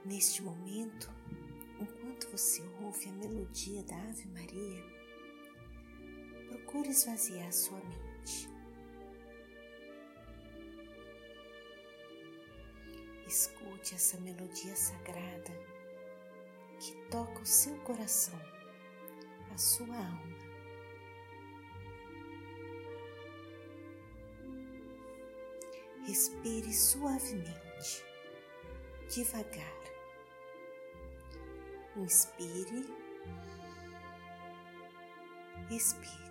Neste momento, enquanto você ouve a melodia da Ave Maria, procure esvaziar sua mente. Escute essa melodia sagrada que toca o seu coração, a sua alma. Respire suavemente, devagar. Inspire, expire.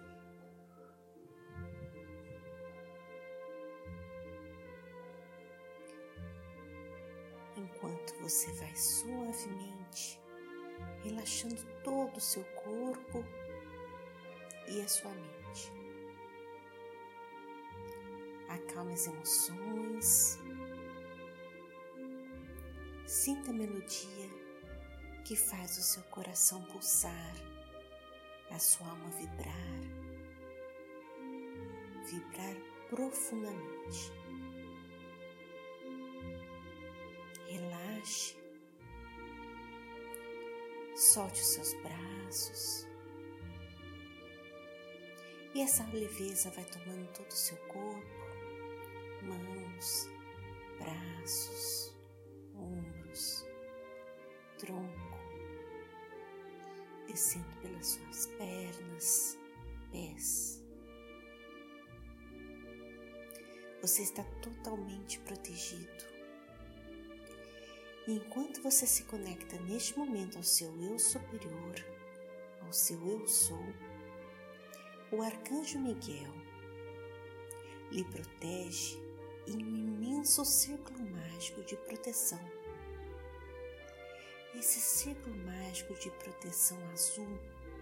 Enquanto você vai suavemente relaxando todo o seu corpo e a sua mente. Acalme as emoções. Sinta a melodia que faz o seu coração pulsar, a sua alma vibrar profundamente. Relaxe, solte os seus braços e essa leveza vai tomando todo o seu corpo, mãos, braços, ombros, tronco, descendo pelas suas pernas, pés. Você está totalmente protegido. E enquanto você se conecta neste momento ao seu eu superior, ao seu eu sou, o arcanjo Miguel lhe protege em um imenso círculo mágico de proteção. Esse círculo mágico de proteção azul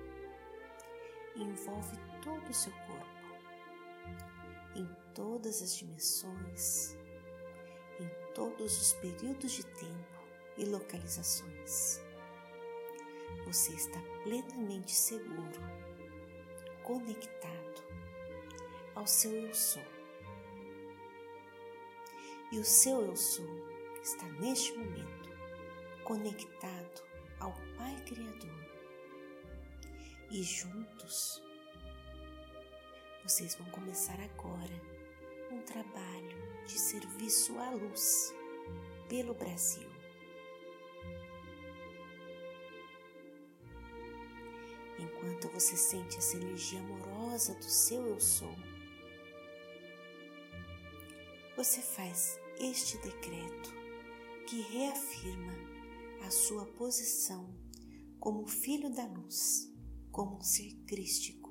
envolve todo o seu corpo, em todas as dimensões, em todos os períodos de tempo e localizações. Você está plenamente seguro, conectado ao seu eu sou. E o seu eu sou está neste momento conectado ao Pai Criador. E juntos, vocês vão começar agora um trabalho de serviço à luz pelo Brasil. Enquanto você sente essa energia amorosa do seu eu sou, você faz este decreto que reafirma a sua posição como filho da luz, como um ser crístico.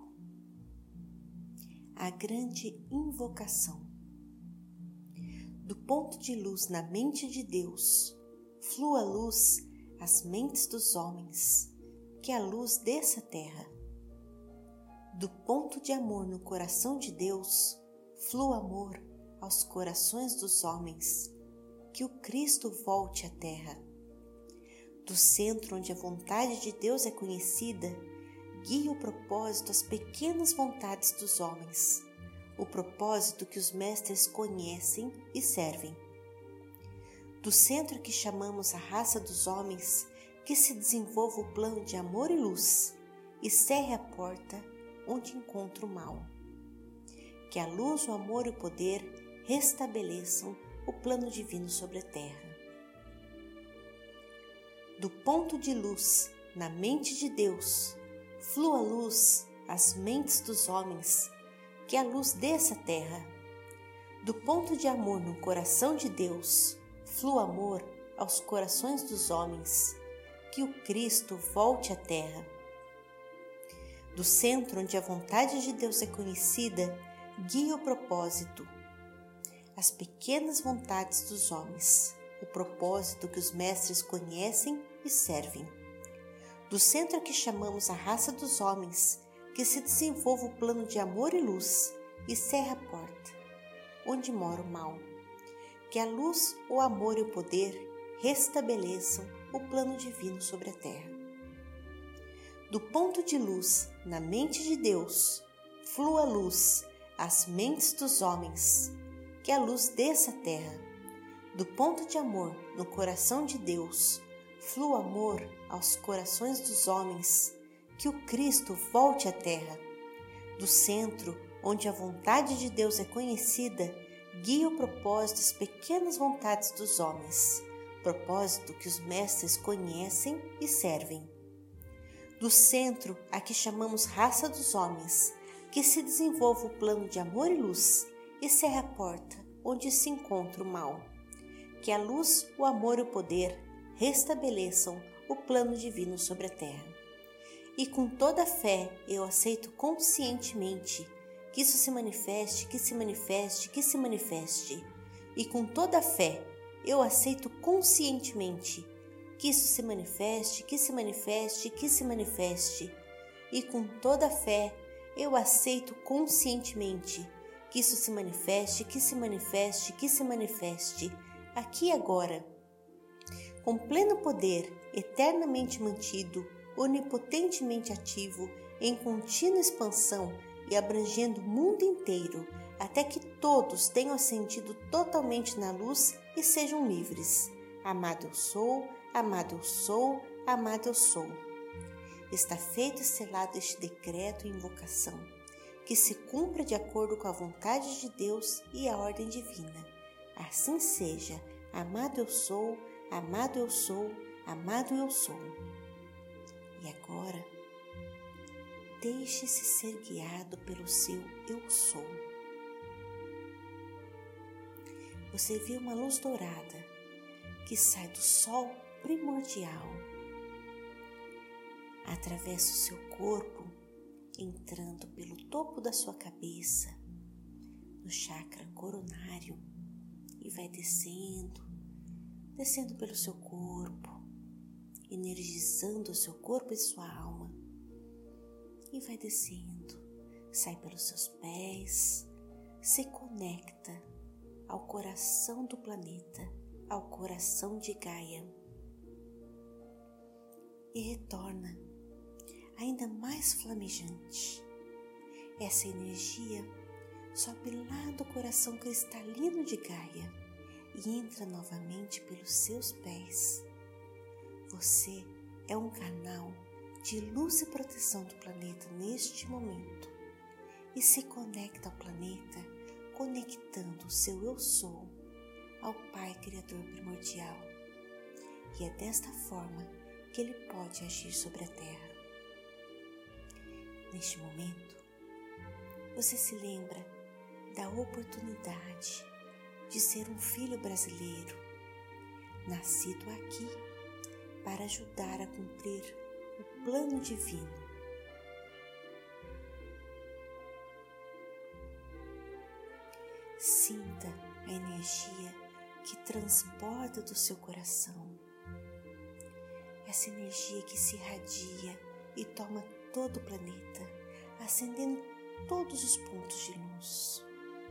A grande invocação. Do ponto de luz na mente de Deus, flua a luz às mentes dos homens, que a luz desça à terra. Do ponto de amor no coração de Deus, flua amor aos corações dos homens, que o Cristo volte à terra. Do centro onde a vontade de Deus é conhecida, guia o propósito às pequenas vontades dos homens, o propósito que os mestres conhecem e servem. Do centro que chamamos a raça dos homens, que se desenvolva o plano de amor e luz, e cerre a porta onde encontra o mal. Que a luz, o amor e o poder restabeleçam o plano divino sobre a terra. Do ponto de luz na mente de Deus, flua a luz às mentes dos homens, que a luz desça à terra. Do ponto de amor no coração de Deus, flua amor aos corações dos homens, que o Cristo volte à terra. Do centro onde a vontade de Deus é conhecida, guia o propósito, as pequenas vontades dos homens, o propósito que os mestres conhecem e servem. Do centro que chamamos a raça dos homens, que se desenvolva o plano de amor e luz e cerre a porta, onde mora o mal. Que a luz, o amor e o poder restabeleçam o plano divino sobre a terra. Do ponto de luz na mente de Deus, flua a luz às mentes dos homens, que a luz desça à terra. Do ponto de amor no coração de Deus, flua amor aos corações dos homens, que o Cristo volte à terra. Do centro, onde a vontade de Deus é conhecida, guia o propósito das pequenas vontades dos homens, propósito que os mestres conhecem e servem. Do centro, a que chamamos raça dos homens, que se desenvolva o plano de amor e luz, e cerra a porta onde se encontra o mal. Que a luz, o amor e o poder restabeleçam o plano divino sobre a terra. E com toda a fé eu aceito conscientemente que isso se manifeste, que se manifeste, que se manifeste. E com toda a fé eu aceito conscientemente que isso se manifeste, que se manifeste, que se manifeste. E com toda a fé eu aceito conscientemente que isso se manifeste, que se manifeste, que se manifeste, aqui e agora, com pleno poder, eternamente mantido, onipotentemente ativo, em contínua expansão e abrangendo o mundo inteiro, até que todos tenham ascendido totalmente na luz e sejam livres. Amado eu sou, amado eu sou, amado eu sou. Está feito e selado este decreto e invocação, que se cumpra de acordo com a vontade de Deus e a ordem divina. Assim seja, amado eu sou, amado eu sou, amado eu sou. E agora, deixe-se ser guiado pelo seu eu sou. Você vê uma luz dourada que sai do sol primordial, atravessa o seu corpo, entrando pelo topo da sua cabeça, no chakra coronário, e vai descendo pelo seu corpo, energizando o seu corpo e sua alma, e vai descendo, sai pelos seus pés, se conecta ao coração do planeta, ao coração de Gaia, e retorna ainda mais flamejante. Essa energia sobe lá do coração cristalino de Gaia e entra novamente pelos seus pés. Você é um canal de luz e proteção do planeta neste momento e se conecta ao planeta, conectando o seu eu sou ao Pai Criador primordial. E é desta forma que ele pode agir sobre a Terra. Neste momento, você se lembra da oportunidade de ser um filho brasileiro, nascido aqui para ajudar a cumprir o plano divino. Sinta a energia que transborda do seu coração, essa energia que se irradia e toma todo o planeta, acendendo todos os pontos de luz.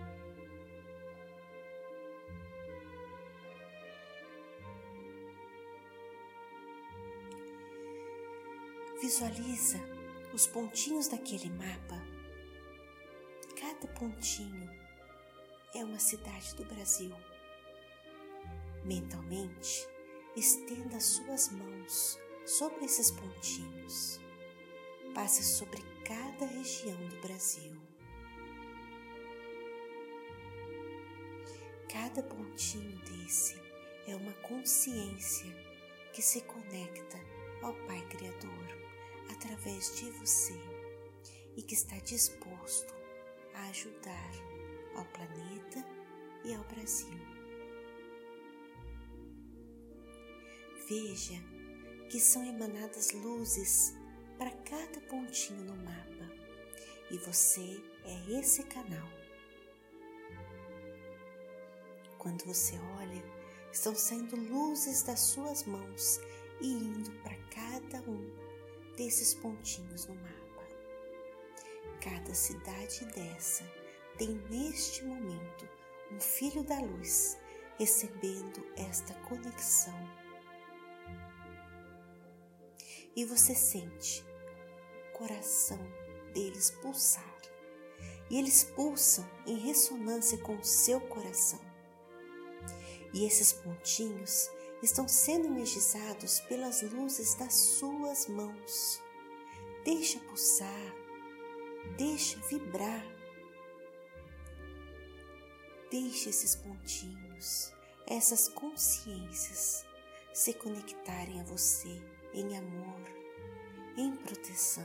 Visualiza os pontinhos daquele mapa. Cada pontinho é uma cidade do Brasil. Mentalmente, estenda as suas mãos sobre esses pontinhos. Passe sobre cada região do Brasil. Cada pontinho desse é uma consciência que se conecta ao Pai Criador através de você e que está disposto a ajudar ao planeta e ao Brasil. Veja que são emanadas luzes para cada pontinho no mapa e você é esse canal. Quando você olha, estão saindo luzes das suas mãos e indo para cada um desses pontinhos no mapa. Cada cidade dessa tem neste momento um filho da luz recebendo esta conexão. E você sente o coração deles pulsar. E eles pulsam em ressonância com o seu coração. E esses pontinhos estão sendo energizados pelas luzes das suas mãos. Deixa pulsar, deixa vibrar. Deixe esses pontinhos, essas consciências se conectarem a você em amor, em proteção.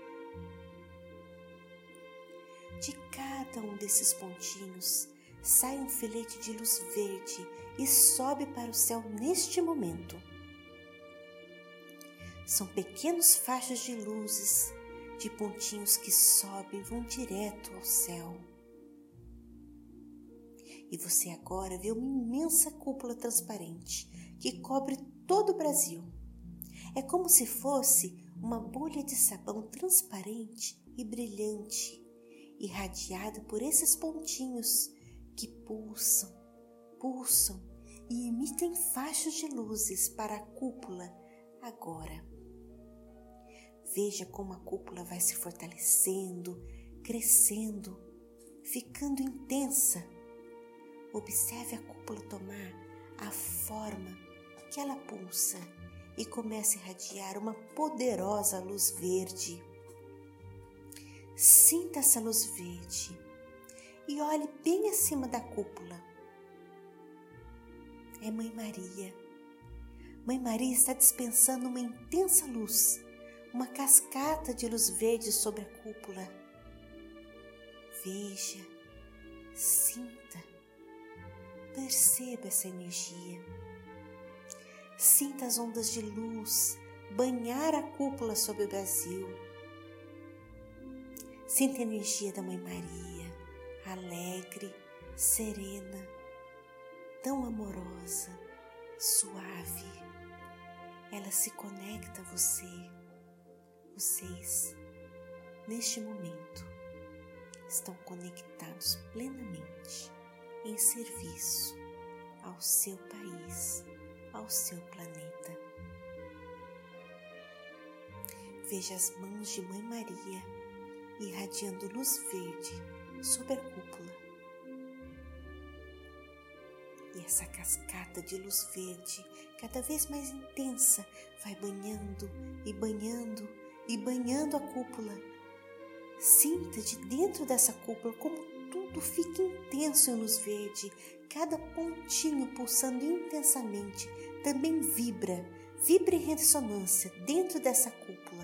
De cada um desses pontinhos sai um filete de luz verde e sobe para o céu neste momento. São pequenos faixas de luzes, de pontinhos que sobem e vão direto ao céu. E você agora vê uma imensa cúpula transparente que cobre todo o Brasil. É como se fosse uma bolha de sabão transparente e brilhante, irradiada por esses pontinhos que pulsam, pulsam e emitem faixas de luzes para a cúpula agora. Veja como a cúpula vai se fortalecendo, crescendo, ficando intensa. Observe a cúpula tomar a forma que ela pulsa e começa a irradiar uma poderosa luz verde. Sinta essa luz verde e olhe bem acima da cúpula. É Mãe Maria. Mãe Maria está dispensando uma intensa luz, uma cascata de luz verde sobre a cúpula. Veja, sinta, perceba essa energia. Sinta as ondas de luz banhar a cúpula sobre o Brasil. Sinta a energia da Mãe Maria, alegre, serena, tão amorosa, suave. Ela se conecta a você. Vocês, neste momento, estão conectados plenamente em serviço ao seu país, ao seu planeta. Veja as mãos de Mãe Maria irradiando luz verde sobre a cúpula. E essa cascata de luz verde, cada vez mais intensa, vai banhando e banhando e banhando a cúpula. Sinta de dentro dessa cúpula como tudo fica intenso em luz verde. Cada pontinho pulsando intensamente também vibra em ressonância dentro dessa cúpula.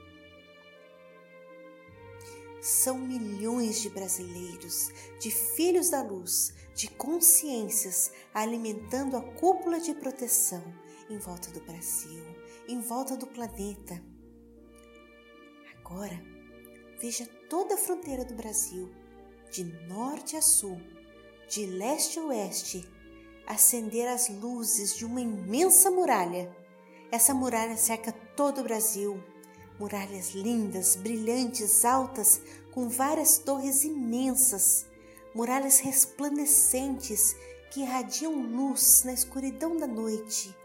São milhões de brasileiros, de filhos da luz, de consciências alimentando a cúpula de proteção em volta do Brasil, em volta do planeta. Agora, veja toda a fronteira do Brasil, de norte a sul, de leste a oeste, acender as luzes de uma imensa muralha. Essa muralha cerca todo o Brasil. Muralhas lindas, brilhantes, altas, com várias torres imensas, muralhas resplandecentes que irradiam luz na escuridão da noite.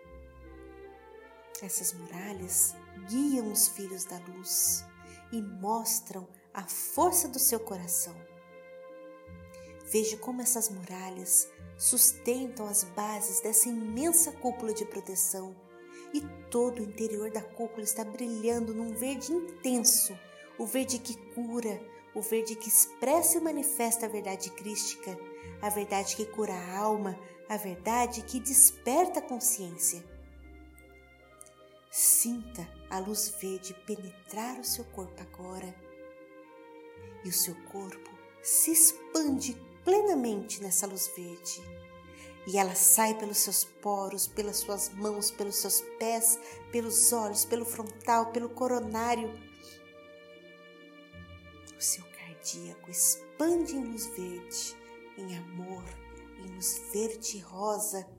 Essas muralhas guiam os filhos da luz e mostram a força do seu coração. Veja como essas muralhas sustentam as bases dessa imensa cúpula de proteção. E todo o interior da cúpula está brilhando num verde intenso, o verde que cura, o verde que expressa e manifesta a verdade crística, a verdade que cura a alma, a verdade que desperta a consciência. Sinta a luz verde penetrar o seu corpo agora, e o seu corpo se expande plenamente nessa luz verde. E ela sai pelos seus poros, pelas suas mãos, pelos seus pés, pelos olhos, pelo frontal, pelo coronário. O seu cardíaco expande em luz verde, em amor, em luz verde e rosa.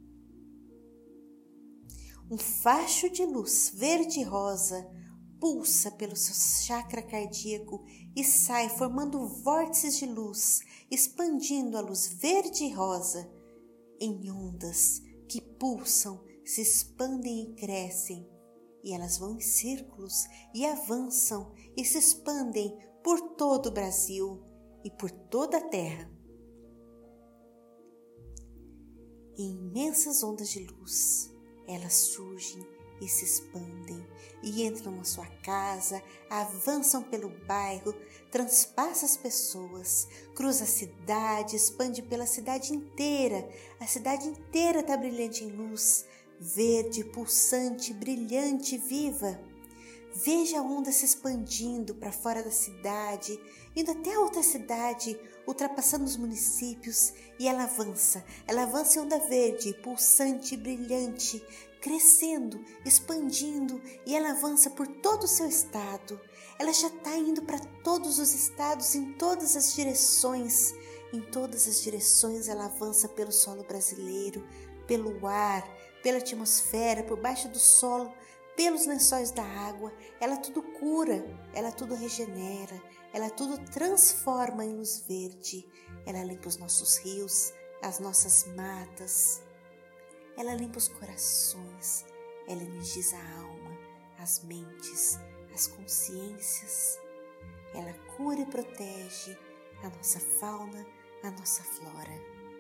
Um facho de luz verde e rosa pulsa pelo seu chakra cardíaco e sai formando vórtices de luz, expandindo a luz verde e rosa em ondas que pulsam, se expandem e crescem, e elas vão em círculos e avançam e se expandem por todo o Brasil e por toda a Terra. em imensas ondas de luz. Elas surgem e se expandem e entram na sua casa, avançam pelo bairro, transpassam as pessoas, cruza a cidade, expande pela cidade inteira. A cidade inteira está brilhante em luz, verde, pulsante, brilhante, viva. Veja a onda se expandindo para fora da cidade, indo até a outra cidade, ultrapassando os municípios, e ela avança em onda verde, pulsante, brilhante, crescendo, expandindo, e ela avança por todo o seu estado. Ela já está indo para todos os estados, em todas as direções. Em todas as direções ela avança pelo solo brasileiro, pelo ar, pela atmosfera, por baixo do solo, pelos lençóis da água. Ela tudo cura, ela tudo regenera, ela tudo transforma em luz verde. Ela limpa os nossos rios, as nossas matas. Ela limpa os corações, ela energiza a alma, as mentes, as consciências. Ela cura e protege a nossa fauna, a nossa flora.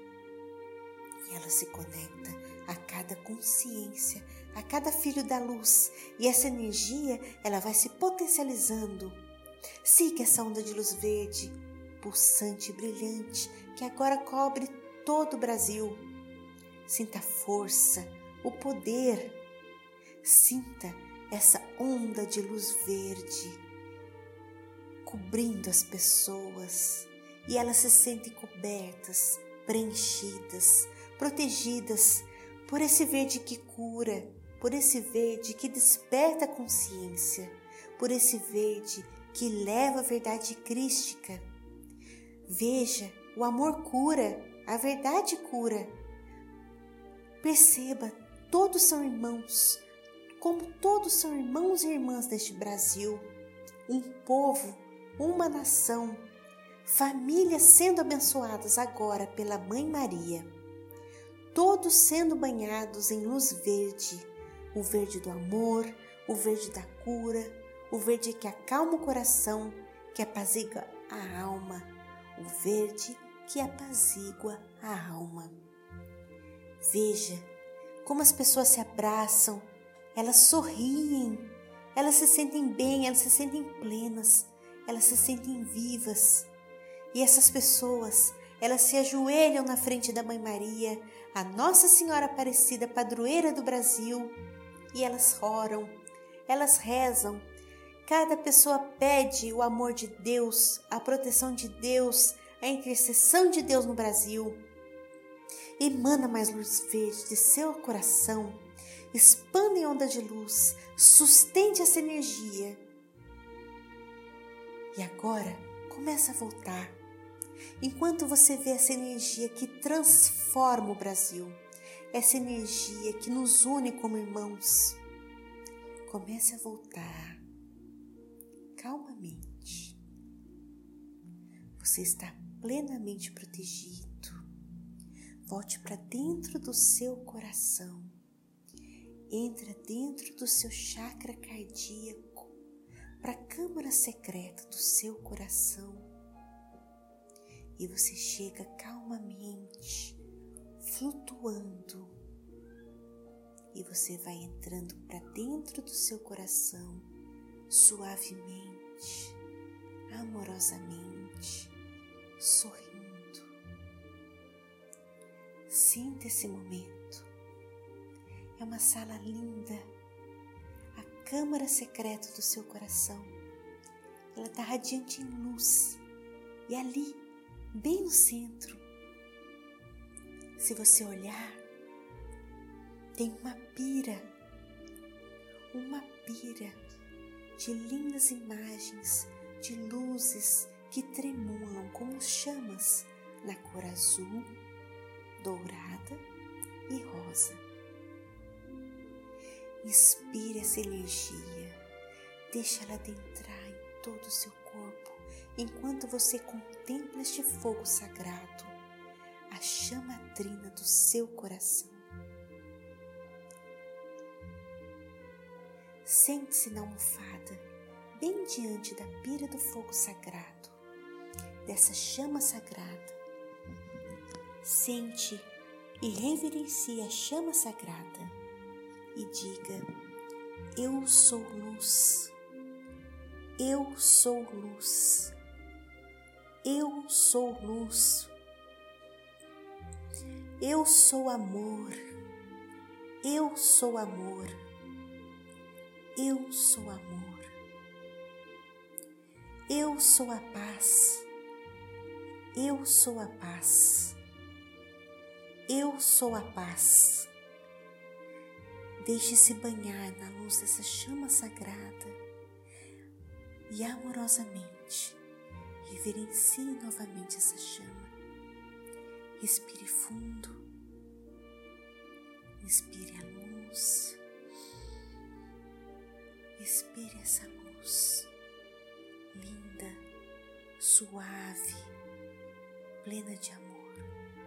E ela se conecta a cada consciência, a cada filho da luz. E essa energia, ela vai se potencializando. Siga essa onda de luz verde, pulsante e brilhante, que agora cobre todo o Brasil. Sinta a força, o poder. Sinta essa onda de luz verde cobrindo as pessoas, e elas se sentem cobertas, preenchidas, protegidas por esse verde que cura, por esse verde que desperta a consciência, por esse verde que leva a verdade crística. Veja, o amor cura, a verdade cura. Perceba, todos são irmãos, como todos são irmãos e irmãs deste Brasil, um povo, uma nação, famílias sendo abençoadas agora pela Mãe Maria, todos sendo banhados em luz verde, o verde do amor, o verde da cura, o verde que acalma o coração, que apazigua a alma, o verde que apazigua a alma. Veja como as pessoas se abraçam, elas sorriem, elas se sentem bem, elas se sentem plenas, elas se sentem vivas. E essas pessoas, elas se ajoelham na frente da Mãe Maria, a Nossa Senhora Aparecida, padroeira do Brasil, e elas oram, elas rezam. Cada pessoa pede o amor de Deus, a proteção de Deus, a intercessão de Deus no Brasil. Emana mais luz verde de seu coração, expanda em onda de luz, sustente essa energia. E agora começa a voltar, enquanto você vê essa energia que transforma o Brasil, essa energia que nos une como irmãos. Comece a voltar calmamente. Você está plenamente protegido. Volte para dentro do seu coração. Entra dentro do seu chakra cardíaco, para a câmara secreta do seu coração. E você chega calmamente, flutuando. E você vai entrando para dentro do seu coração, suavemente, amorosamente, sorrindo. Sinta esse momento. É uma sala linda, a câmara secreta do seu coração. Ela está radiante em luz. E ali, bem no centro, se você olhar, tem uma pira de lindas imagens, de luzes que tremulam como chamas na cor azul, dourada e rosa. Inspire essa energia, deixe ela adentrar em todo o seu corpo, enquanto você contempla este fogo sagrado, a chama trina do seu coração. Sente-se na almofada, bem diante da pira do fogo sagrado, dessa chama sagrada. Sente e reverencie a chama sagrada e diga: eu sou luz, eu sou luz, eu sou luz, eu sou amor, eu sou amor, eu sou amor, eu sou a paz, eu sou a paz, eu sou a paz. Deixe-se banhar na luz dessa chama sagrada e amorosamente reverencie novamente essa chama. Respire fundo, inspire a luz, expire essa luz linda, suave, plena de amor.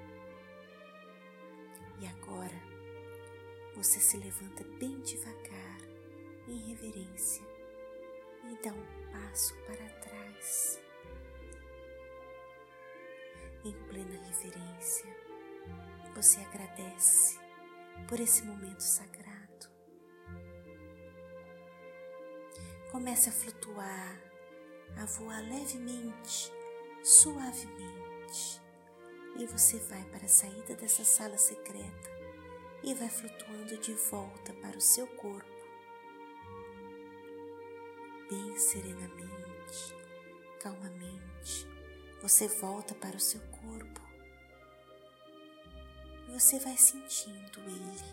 E agora você se levanta bem devagar, em reverência, e dá um passo para trás. Em plena reverência, você agradece por esse momento sagrado. Comece a flutuar, a voar levemente, suavemente. E você vai para a saída dessa sala secreta e vai flutuando de volta para o seu corpo. Bem serenamente, calmamente, você volta para o seu corpo e você vai sentindo ele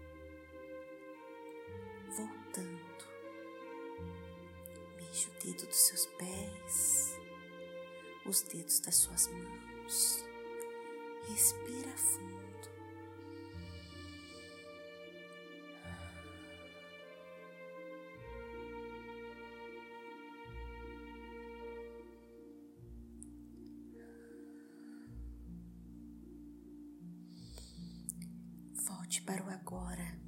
voltando. Mexe o dedo dos seus pés, os dedos das suas mãos. Respira fundo. Volte para o agora.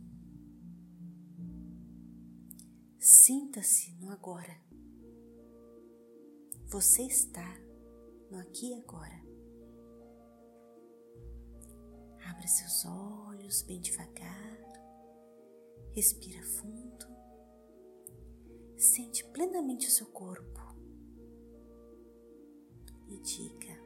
Sinta-se no agora. Você está no aqui e agora. Abra seus olhos bem devagar. Respira fundo. Sente plenamente o seu corpo. E diga: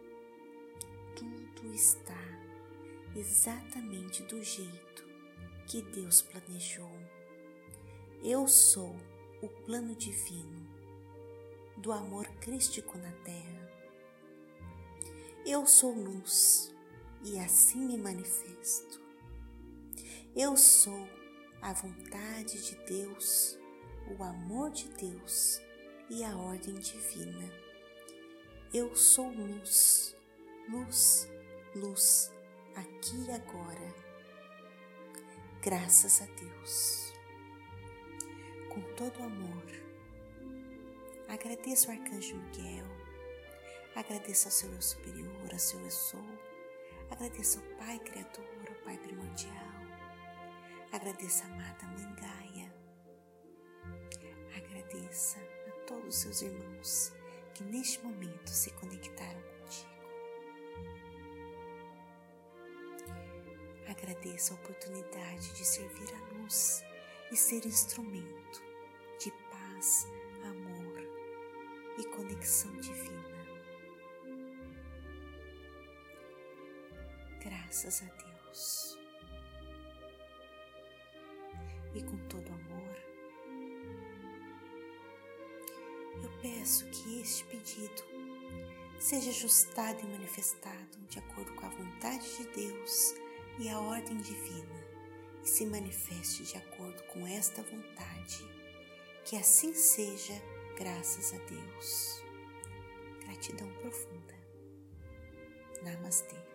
tudo está exatamente do jeito que Deus planejou. Eu sou o plano divino do amor crístico na terra. Eu sou luz e assim me manifesto. Eu sou a vontade de Deus, o amor de Deus e a ordem divina. Eu sou luz, luz, luz, aqui e agora. Graças a Deus. Com todo amor, agradeço ao Arcanjo Miguel, agradeço ao seu eu superior, ao seu eu sou, agradeço ao Pai Criador, ao Pai Primordial, agradeço a amada Mãe Gaia, agradeça a todos os seus irmãos que neste momento se conectaram contigo. Agradeço a oportunidade de servir a luz e ser instrumento de paz, amor e conexão divina. Graças a Deus. E com todo amor, eu peço que este pedido seja ajustado e manifestado de acordo com a vontade de Deus e a ordem divina, e se manifeste de acordo com esta vontade. Que assim seja, graças a Deus. Gratidão profunda. Namastê.